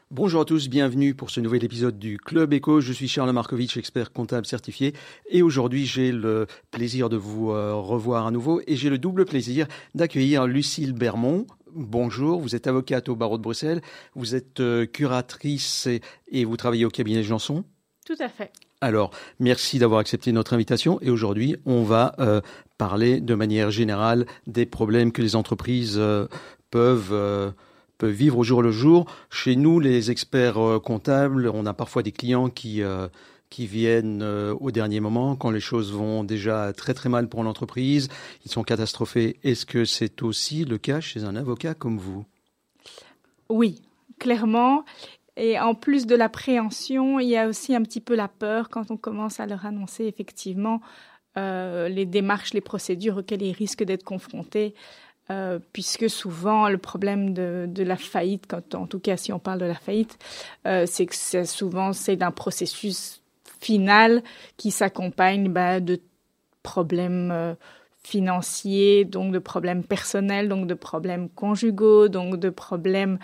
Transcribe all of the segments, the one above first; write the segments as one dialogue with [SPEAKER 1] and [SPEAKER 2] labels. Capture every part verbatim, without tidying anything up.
[SPEAKER 1] Bonjour à tous, bienvenue pour ce nouvel épisode du Club Éco. Je suis Charles Markovitch, expert comptable certifié, et aujourd'hui j'ai le plaisir de vous euh, revoir à nouveau et j'ai le double plaisir d'accueillir Lucille Bermond. Bonjour, vous êtes avocate au barreau de Bruxelles, vous êtes euh, curatrice et, et vous travaillez au cabinet Janson.
[SPEAKER 2] Tout à fait.
[SPEAKER 1] Alors, merci d'avoir accepté notre invitation et aujourd'hui on va euh, parler de manière générale des problèmes que les entreprises euh, peuvent euh, peuvent vivre au jour le jour. Chez nous, les experts euh, comptables, on a parfois des clients qui euh, qui viennent euh, au dernier moment, quand les choses vont déjà très très mal pour l'entreprise, ils sont catastrophés. Est-ce que c'est aussi le cas chez un avocat comme vous ?
[SPEAKER 2] Oui, clairement. Et en plus de l'appréhension, il y a aussi un petit peu la peur quand on commence à leur annoncer effectivement euh, les démarches, les procédures auxquelles ils risquent d'être confrontés. Euh, puisque souvent le problème de, de la faillite, quand, en tout cas si on parle de la faillite, euh, c'est que c'est, souvent c'est d'un processus final qui s'accompagne bah, de problèmes euh, financiers, donc de problèmes personnels, donc de problèmes conjugaux, donc de problèmes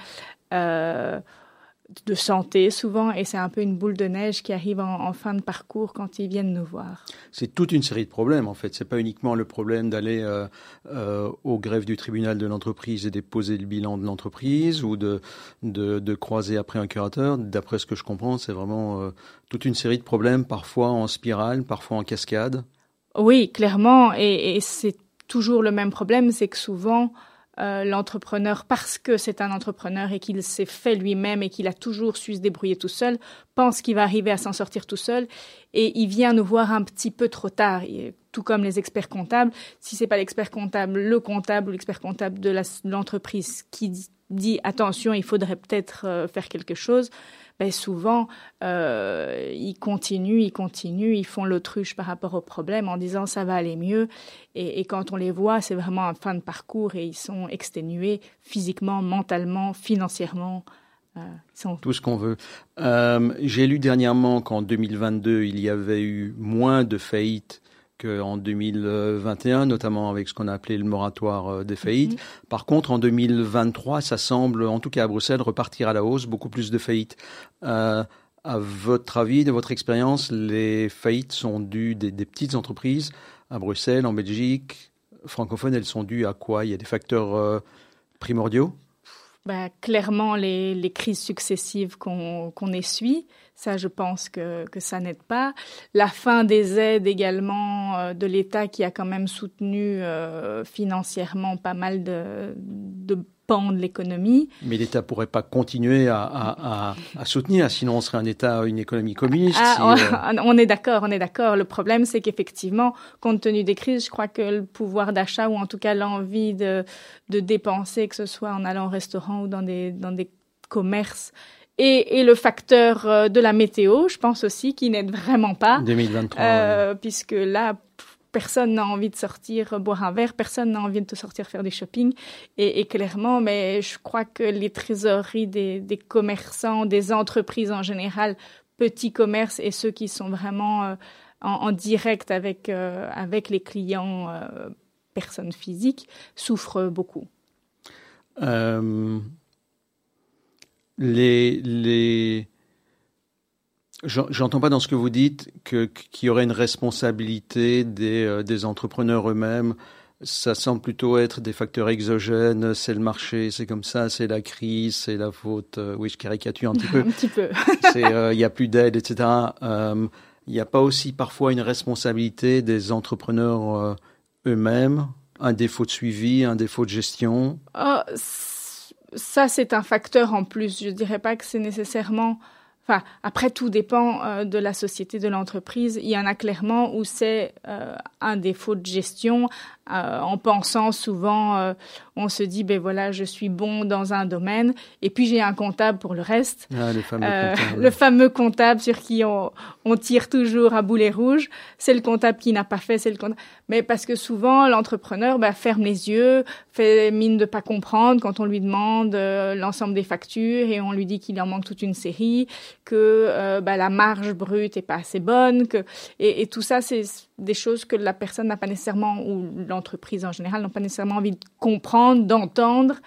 [SPEAKER 2] euh, de santé souvent, et c'est un peu une boule de neige qui arrive en, en fin de parcours quand ils viennent nous voir.
[SPEAKER 1] C'est toute une série de problèmes en fait. C'est pas uniquement le problème d'aller euh, euh, au greffe du tribunal de l'entreprise et déposer le bilan de l'entreprise ou de, de, de croiser après un curateur. D'après ce que je comprends, c'est vraiment euh, toute une série de problèmes, parfois en spirale, parfois en cascade.
[SPEAKER 2] Oui, clairement, et, et c'est toujours le même problème, c'est que souvent Euh, l'entrepreneur, parce que c'est un entrepreneur et qu'il s'est fait lui-même et qu'il a toujours su se débrouiller tout seul, pense qu'il va arriver à s'en sortir tout seul et il vient nous voir un petit peu trop tard. Et, tout comme les experts comptables, si c'est pas l'expert comptable, le comptable ou l'expert comptable de, la, de l'entreprise qui dit, dit attention, il faudrait peut-être euh, faire quelque chose, ben souvent euh, ils continuent, ils continuent, ils font l'autruche par rapport au problème en disant ça va aller mieux. Et, et quand on les voit, c'est vraiment en fin de parcours et ils sont exténués physiquement, mentalement, financièrement. Euh, ils sont...
[SPEAKER 1] Tout ce qu'on veut. Euh, j'ai lu dernièrement qu'en deux mille vingt-deux, il y avait eu moins de faillites qu'en deux mille vingt et un, notamment avec ce qu'on a appelé le moratoire des faillites. Mm-hmm. Par contre, en deux mille vingt-trois, ça semble, en tout cas à Bruxelles, repartir à la hausse, beaucoup plus de faillites. Euh, à votre avis, de votre expérience, les faillites sont dues des, des petites entreprises à Bruxelles, en Belgique, francophones, elles sont dues à quoi ? Il y a des facteurs euh, primordiaux ?
[SPEAKER 2] Ben, clairement, les, les crises successives qu'on, qu'on essuie, ça, je pense que, que ça n'aide pas. La fin des aides également euh, de l'État qui a quand même soutenu euh, financièrement pas mal de, de pans de l'économie.
[SPEAKER 1] Mais l'État pourrait pas continuer à, à, à, à soutenir, sinon on serait un État, une économie communiste.
[SPEAKER 2] Ah,
[SPEAKER 1] si,
[SPEAKER 2] euh... on est d'accord, on est d'accord. Le problème, c'est qu'effectivement, compte tenu des crises, je crois que le pouvoir d'achat ou en tout cas l'envie de, de dépenser, que ce soit en allant au restaurant ou dans des, dans des commerces, Et, et le facteur de la météo, je pense aussi, qui n'aide vraiment pas.
[SPEAKER 1] deux mille vingt-trois,
[SPEAKER 2] euh,
[SPEAKER 1] oui.
[SPEAKER 2] Puisque là, personne n'a envie de sortir boire un verre, personne n'a envie de sortir faire des shopping. Et, et clairement, mais je crois que les trésoreries des, des commerçants, des entreprises en général, petits commerces et ceux qui sont vraiment euh, en, en direct avec, euh, avec les clients, euh, personnes physiques, souffrent beaucoup.
[SPEAKER 1] Euh... Les, les... J'entends pas dans ce que vous dites que, qu'il y aurait une responsabilité des, euh, des entrepreneurs eux-mêmes. Ça semble plutôt être des facteurs exogènes. C'est le marché, c'est comme ça, c'est la crise, c'est la faute. Euh, oui, je caricature un petit peu.
[SPEAKER 2] un petit peu.
[SPEAKER 1] c'est, euh, il y a plus d'aide, et cetera. Euh, il n'y a pas aussi parfois une responsabilité des entrepreneurs euh, eux-mêmes, un défaut de suivi, un défaut de gestion.
[SPEAKER 2] Oh, ça, c'est un facteur en plus. Je ne dirais pas que c'est nécessairement... Enfin, après, tout dépend euh, de la société, de l'entreprise. Il y en a clairement où c'est euh, un défaut de gestion. Euh, en pensant souvent, euh, on se dit, ben voilà, je suis bon dans un domaine, et puis j'ai un comptable pour le reste.
[SPEAKER 1] Ah, le fameux
[SPEAKER 2] euh,
[SPEAKER 1] comptable.
[SPEAKER 2] Le fameux comptable sur qui on, on tire toujours à boulet rouge. C'est le comptable qui n'a pas fait, c'est le comptable. Mais parce que souvent, l'entrepreneur ben, ferme les yeux, fait mine de pas comprendre quand on lui demande euh, l'ensemble des factures et on lui dit qu'il en manque toute une série, que euh, ben, la marge brute est pas assez bonne, que et, et tout ça, c'est des choses que la personne n'a pas nécessairement, ou l'entreprise en général, n'a pas nécessairement envie de comprendre, d'entendre.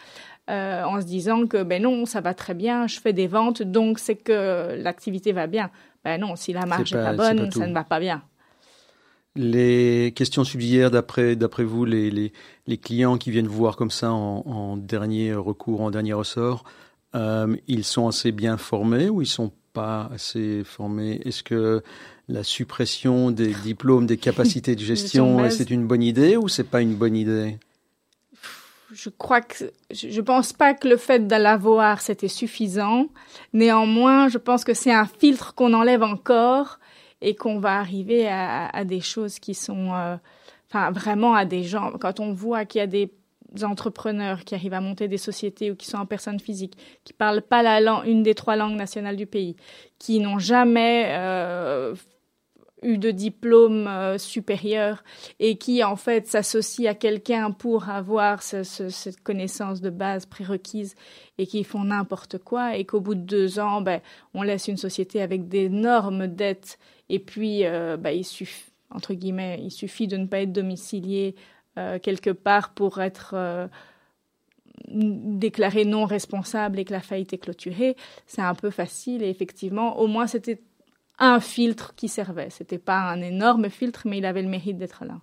[SPEAKER 2] euh, en se disant que ben non, ça va très bien, je fais des ventes, donc c'est que l'activité va bien. Ben non, si la marge n'est pas, pas bonne, pas ça ne va pas bien.
[SPEAKER 1] Les questions subsidiaires, d'après, d'après vous, les, les, les clients qui viennent vous voir comme ça en, en dernier recours, en dernier ressort, euh, ils sont assez bien formés ou ils sont pas assez formés? Est-ce que la suppression des diplômes, des capacités de gestion, c'est une bonne idée ou c'est pas une bonne idée?
[SPEAKER 2] Je crois que je pense pas que le fait de l'avoir c'était suffisant. Néanmoins, je pense que c'est un filtre qu'on enlève encore et qu'on va arriver à, à des choses qui sont, euh, enfin vraiment à des gens. Quand on voit qu'il y a des entrepreneurs qui arrivent à monter des sociétés ou qui sont en personne physique, qui parlent pas la langue, une des trois langues nationales du pays, qui n'ont jamais euh, eu de diplôme euh, supérieur et qui en fait s'associent à quelqu'un pour avoir ce, ce, cette connaissance de base prérequise et qui font n'importe quoi et qu'au bout de deux ans, ben, on laisse une société avec d'énormes dettes et puis euh, ben, il suffit, entre guillemets, il suffit de ne pas être domicilié euh, quelque part pour être euh, déclaré non responsable et que la faillite est clôturée. C'est un peu facile et effectivement, au moins c'était un filtre qui servait. C'était pas un énorme filtre, mais il avait le mérite d'être là.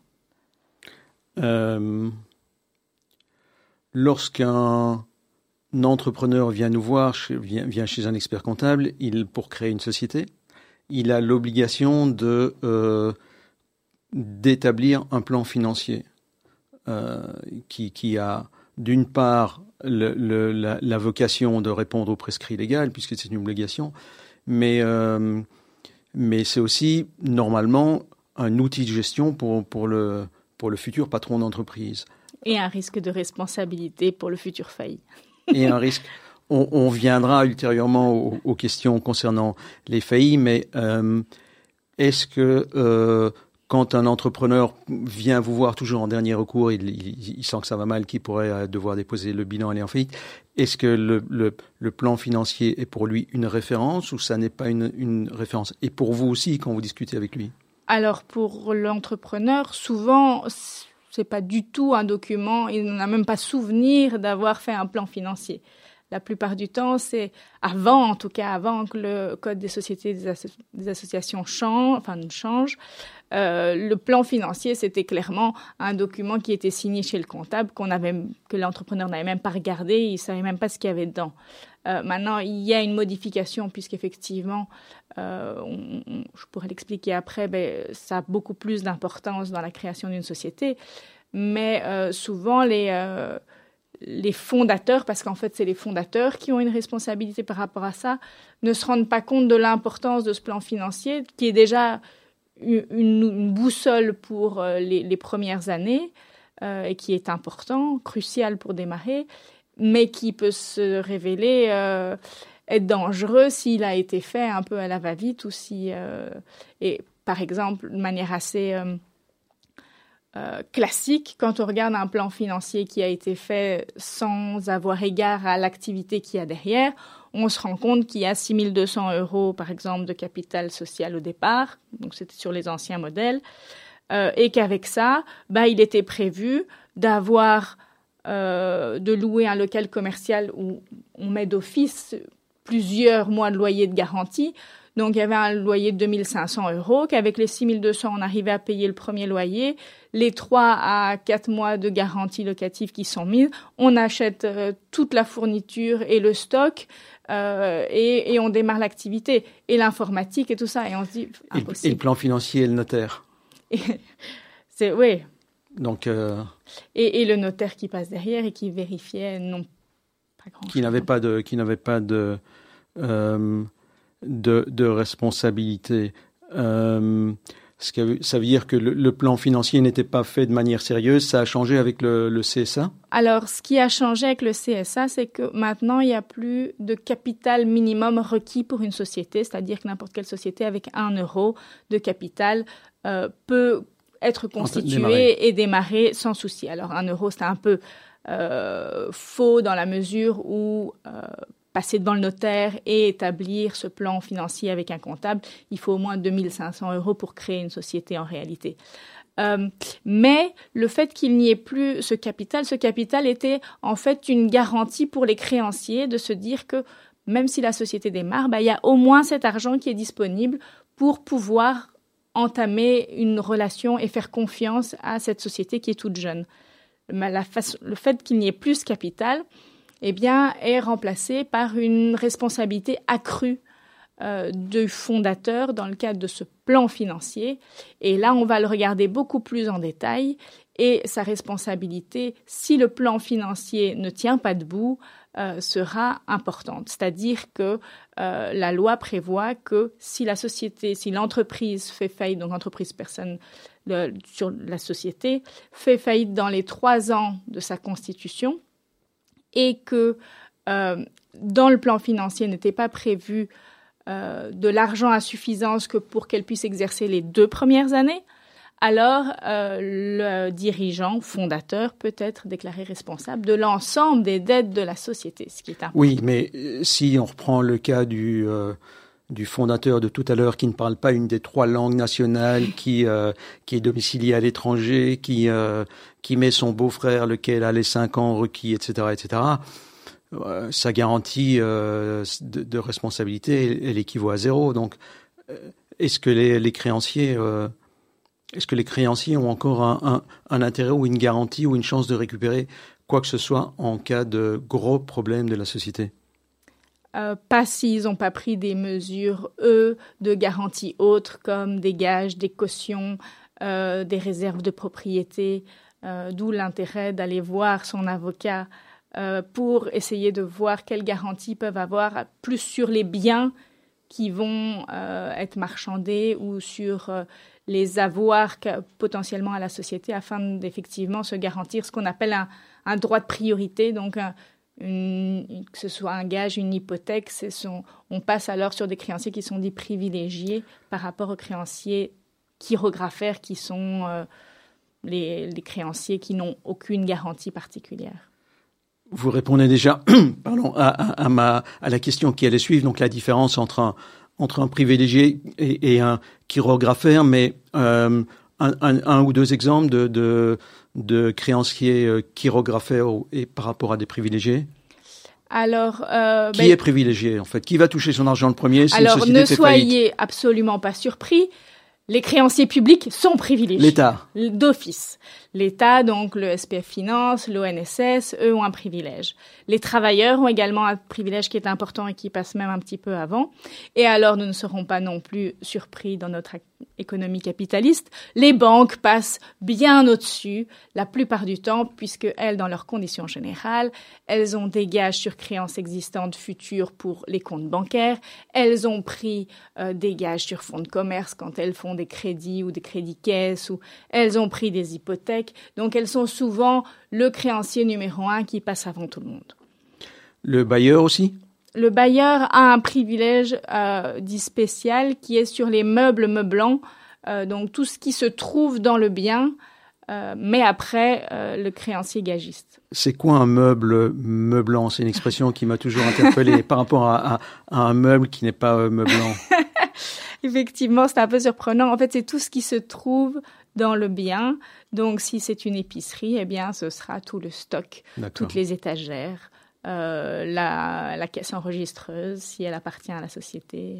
[SPEAKER 1] Euh, lorsqu'un entrepreneur vient nous voir, vient, vient chez un expert comptable, il, pour créer une société, il a l'obligation de, euh, d'établir un plan financier euh, qui, qui a, d'une part, le, le, la, la vocation de répondre aux prescrits légaux, puisque c'est une obligation, mais... Euh, Mais c'est aussi, normalement, un outil de gestion pour, pour, le, pour le futur patron d'entreprise.
[SPEAKER 2] Et un risque de responsabilité pour le futur failli.
[SPEAKER 1] Et un risque. On, on viendra ultérieurement aux, aux questions concernant les faillis, mais euh, est-ce que euh, quand un entrepreneur vient vous voir toujours en dernier recours, il, il, il sent que ça va mal, qu'il pourrait devoir déposer le bilan et aller en faillite, est-ce que le, le, le plan financier est pour lui une référence ou ça n'est pas une, une référence? Et pour vous aussi, quand vous discutez avec lui?
[SPEAKER 2] Alors, pour l'entrepreneur, souvent, c'est pas du tout un document, il n'a même pas souvenir d'avoir fait un plan financier. La plupart du temps, c'est avant, en tout cas avant que le Code des sociétés des, asso- des associations change, enfin change, euh, le plan financier, c'était clairement un document qui était signé chez le comptable, qu'on avait, que l'entrepreneur n'avait même pas regardé, il ne savait même pas ce qu'il y avait dedans. Euh, maintenant, il y a une modification puisqu'effectivement, euh, on, on, je pourrais l'expliquer après, ben, ça a beaucoup plus d'importance dans la création d'une société, mais euh, souvent les... Euh, les fondateurs, parce qu'en fait, c'est les fondateurs qui ont une responsabilité par rapport à ça, ne se rendent pas compte de l'importance de ce plan financier, qui est déjà une, une boussole pour les, les premières années euh, et qui est important, crucial pour démarrer, mais qui peut se révéler euh, être dangereux s'il a été fait un peu à la va-vite ou si, euh, et par exemple, de manière assez... Euh, Euh, classique, quand on regarde un plan financier qui a été fait sans avoir égard à l'activité qu'il y a derrière, on se rend compte qu'il y a six mille deux cents euros, par exemple, de capital social au départ, donc c'était sur les anciens modèles, euh, et qu'avec ça, bah, il était prévu d'avoir, euh, de louer un local commercial où on met d'office plusieurs mois de loyer de garantie. Donc, il y avait un loyer de deux mille cinq cents euros, qu'avec les six mille deux cents, on arrivait à payer le premier loyer. Les trois à quatre mois de garantie locative qui sont mises, on achète euh, toute la fourniture et le stock euh, et, et on démarre l'activité. Et l'informatique et tout ça. Et on se dit, impossible.
[SPEAKER 1] Et le plan financier et le notaire.
[SPEAKER 2] Et, c'est, oui.
[SPEAKER 1] Donc, euh...
[SPEAKER 2] et, et le notaire qui passe derrière et qui vérifiait, non, pas grand-chose.
[SPEAKER 1] Qui n'avait pas de... Qui n'avait pas de euh... De, de responsabilité. Euh, ce que, ça veut dire que le, le plan financier n'était pas fait de manière sérieuse. Ça a changé avec le, le C S A?
[SPEAKER 2] Alors, ce qui a changé avec le C S A, c'est que maintenant, il n'y a plus de capital minimum requis pour une société, c'est-à-dire que n'importe quelle société avec un euro de capital euh, peut être constituée démarrer. et démarrer sans souci. Alors, un euro, c'est un peu euh, faux dans la mesure où... Euh, passer devant le notaire et établir ce plan financier avec un comptable, il faut au moins deux mille cinq cents euros pour créer une société en réalité. Euh, mais le fait qu'il n'y ait plus ce capital, ce capital était en fait une garantie pour les créanciers de se dire que même si la société démarre, bah, il y a au moins cet argent qui est disponible pour pouvoir entamer une relation et faire confiance à cette société qui est toute jeune. La façon, le fait qu'il n'y ait plus ce capital, eh bien, est remplacé par une responsabilité accrue euh, du fondateur dans le cadre de ce plan financier. Et là, on va le regarder beaucoup plus en détail. Et sa responsabilité, si le plan financier ne tient pas debout, euh, sera importante. C'est-à-dire que euh, la loi prévoit que si la société, si l'entreprise fait faillite, donc l'entreprise personne le, sur la société, fait faillite dans les trois ans de sa constitution et que euh, dans le plan financier n'était pas prévu euh, de l'argent à suffisance que pour qu'elle puisse exercer les deux premières années, alors euh, le dirigeant fondateur peut être déclaré responsable de l'ensemble des dettes de la société, ce qui est important.
[SPEAKER 1] Oui, mais si on reprend le cas du, euh, du fondateur de tout à l'heure qui ne parle pas une des trois langues nationales, qui, euh, qui est domicilié à l'étranger, qui, euh, qui met son beau-frère, lequel a les cinq ans requis, et cetera, et cetera, euh, sa garantie euh, de, de responsabilité, elle, elle équivaut à zéro. Donc, euh, est-ce que les, les créanciers... Euh, Est-ce que les créanciers ont encore un, un, un intérêt ou une garantie ou une chance de récupérer quoi que ce soit en cas de gros problèmes de la société ?
[SPEAKER 2] euh, Pas s'ils n'ont pas pris des mesures, eux, de garantie autres, comme des gages, des cautions, euh, des réserves de propriété, euh, d'où l'intérêt d'aller voir son avocat euh, pour essayer de voir quelles garanties peuvent avoir, plus sur les biens qui vont euh, être marchandés ou sur... Euh, les avoirs que, potentiellement à la société afin d'effectivement se garantir ce qu'on appelle un, un droit de priorité, donc un, une, que ce soit un gage, une hypothèque, c'est son, on passe alors sur des créanciers qui sont dits privilégiés par rapport aux créanciers chirographaires qui sont euh, les, les créanciers qui n'ont aucune garantie particulière.
[SPEAKER 1] Vous répondez déjà pardon, à, à, à, ma, à la question qui allait suivre, donc la différence entre un entre un privilégié et, et un chirographaire, mais euh, un, un, un ou deux exemples de, de, de créanciers chirographaires et par rapport à des privilégiés.
[SPEAKER 2] Alors, euh,
[SPEAKER 1] qui
[SPEAKER 2] ben,
[SPEAKER 1] est privilégié en fait? Qui va toucher son argent le premier si
[SPEAKER 2] alors,
[SPEAKER 1] une société
[SPEAKER 2] ne
[SPEAKER 1] fait
[SPEAKER 2] soyez
[SPEAKER 1] faillite?
[SPEAKER 2] absolument pas surpris. Les créanciers publics sont privilégiés.
[SPEAKER 1] L'État.
[SPEAKER 2] D'office. L'État, donc le S P F Finance, l'O N S S, eux ont un privilège. Les travailleurs ont également un privilège qui est important et qui passe même un petit peu avant. Et alors, nous ne serons pas non plus surpris dans notre économie capitaliste. Les banques passent bien au-dessus, la plupart du temps, puisque elles, dans leurs conditions générales, elles ont des gages sur créances existantes futures pour les comptes bancaires. Elles ont pris euh, des gages sur fonds de commerce quand elles font des crédits ou des crédits caisses, ou elles ont pris des hypothèques. Donc, elles sont souvent le créancier numéro un qui passe avant tout le monde.
[SPEAKER 1] Le bailleur aussi?
[SPEAKER 2] Le bailleur a un privilège euh, dit spécial qui est sur les meubles meublants, euh, donc tout ce qui se trouve dans le bien, euh, mais après euh, le créancier gagiste.
[SPEAKER 1] C'est quoi un meuble meublant? C'est une expression qui m'a toujours interpellée par rapport à, à, à un meuble qui n'est pas euh, meublant.
[SPEAKER 2] Effectivement, c'est un peu surprenant. En fait, c'est tout ce qui se trouve dans le bien. Donc, si c'est une épicerie, eh bien, ce sera tout le stock,
[SPEAKER 1] D'accord.
[SPEAKER 2] toutes les étagères. Euh, la, la caisse enregistreuse, si elle appartient à la société.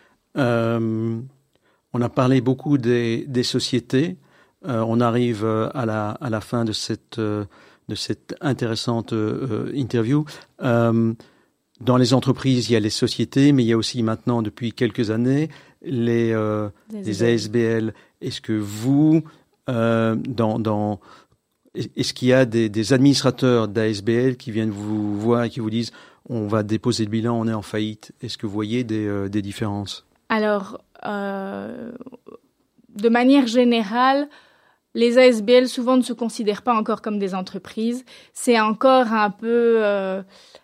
[SPEAKER 1] Euh, on a parlé beaucoup des, des sociétés. Euh, on arrive à la, à la fin de cette, de cette intéressante euh, interview. Euh, dans les entreprises, il y a les sociétés, mais il y a aussi maintenant, depuis quelques années, les, euh, les A S B L. Est-ce que vous, euh, dans... dans Est-ce qu'il y a des, des administrateurs d'A S B L qui viennent vous voir et qui vous disent « on va déposer le bilan, on est en faillite ». Est-ce que vous voyez des, euh, des différences?
[SPEAKER 2] Alors, euh, de manière générale, les A S B L souvent ne se considèrent pas encore comme des entreprises. C'est encore un peu euh,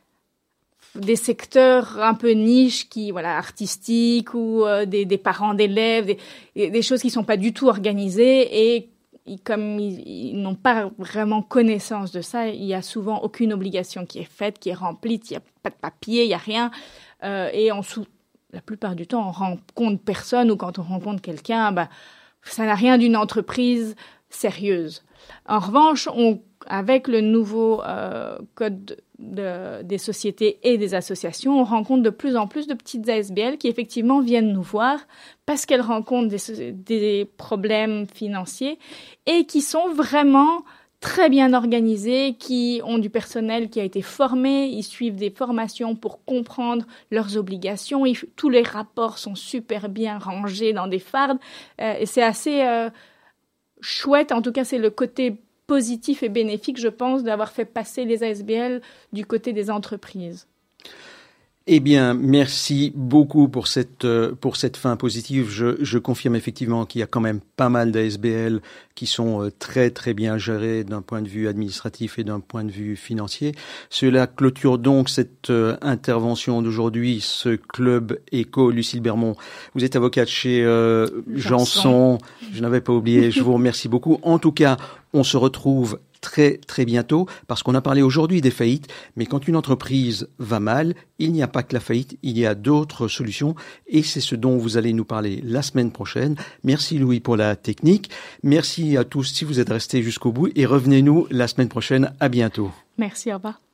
[SPEAKER 2] des secteurs un peu niches, qui, voilà, artistiques ou euh, des, des parents d'élèves, des, des choses qui ne sont pas du tout organisées et Ils, comme ils, ils n'ont pas vraiment connaissance de ça, il n'y a souvent aucune obligation qui est faite, qui est remplie, il n'y a pas de papier, il n'y a rien. Euh, et on sous, la plupart du temps, on rencontre personne ou quand on rencontre quelqu'un, bah, ça n'a rien d'une entreprise. sérieuses. En revanche, on, avec le nouveau euh, code de, des sociétés et des associations, on rencontre de plus en plus de petites A S B L qui effectivement viennent nous voir parce qu'elles rencontrent des, des problèmes financiers et qui sont vraiment très bien organisées, qui ont du personnel qui a été formé, ils suivent des formations pour comprendre leurs obligations, ils, tous les rapports sont super bien rangés dans des fardes euh, et c'est assez... Euh, chouette, en tout cas c'est le côté positif et bénéfique, je pense, d'avoir fait passer les A S B L du côté des entreprises.
[SPEAKER 1] Eh bien, merci beaucoup pour cette pour cette fin positive. Je, je confirme effectivement qu'il y a quand même pas mal d'A S B L qui sont très très bien gérés d'un point de vue administratif et d'un point de vue financier. Cela clôture donc cette euh, intervention d'aujourd'hui, ce club éco. Lucille Bermond, vous êtes avocate chez euh, Janson. Je n'avais pas oublié. Je vous remercie beaucoup. En tout cas, on se retrouve très très bientôt, parce qu'on a parlé aujourd'hui des faillites, mais quand une entreprise va mal, il n'y a pas que la faillite, il y a d'autres solutions, et c'est ce dont vous allez nous parler la semaine prochaine. Merci Louis pour la technique, merci à tous si vous êtes restés jusqu'au bout, et revenez-nous la semaine prochaine. À bientôt.
[SPEAKER 2] Merci, au revoir.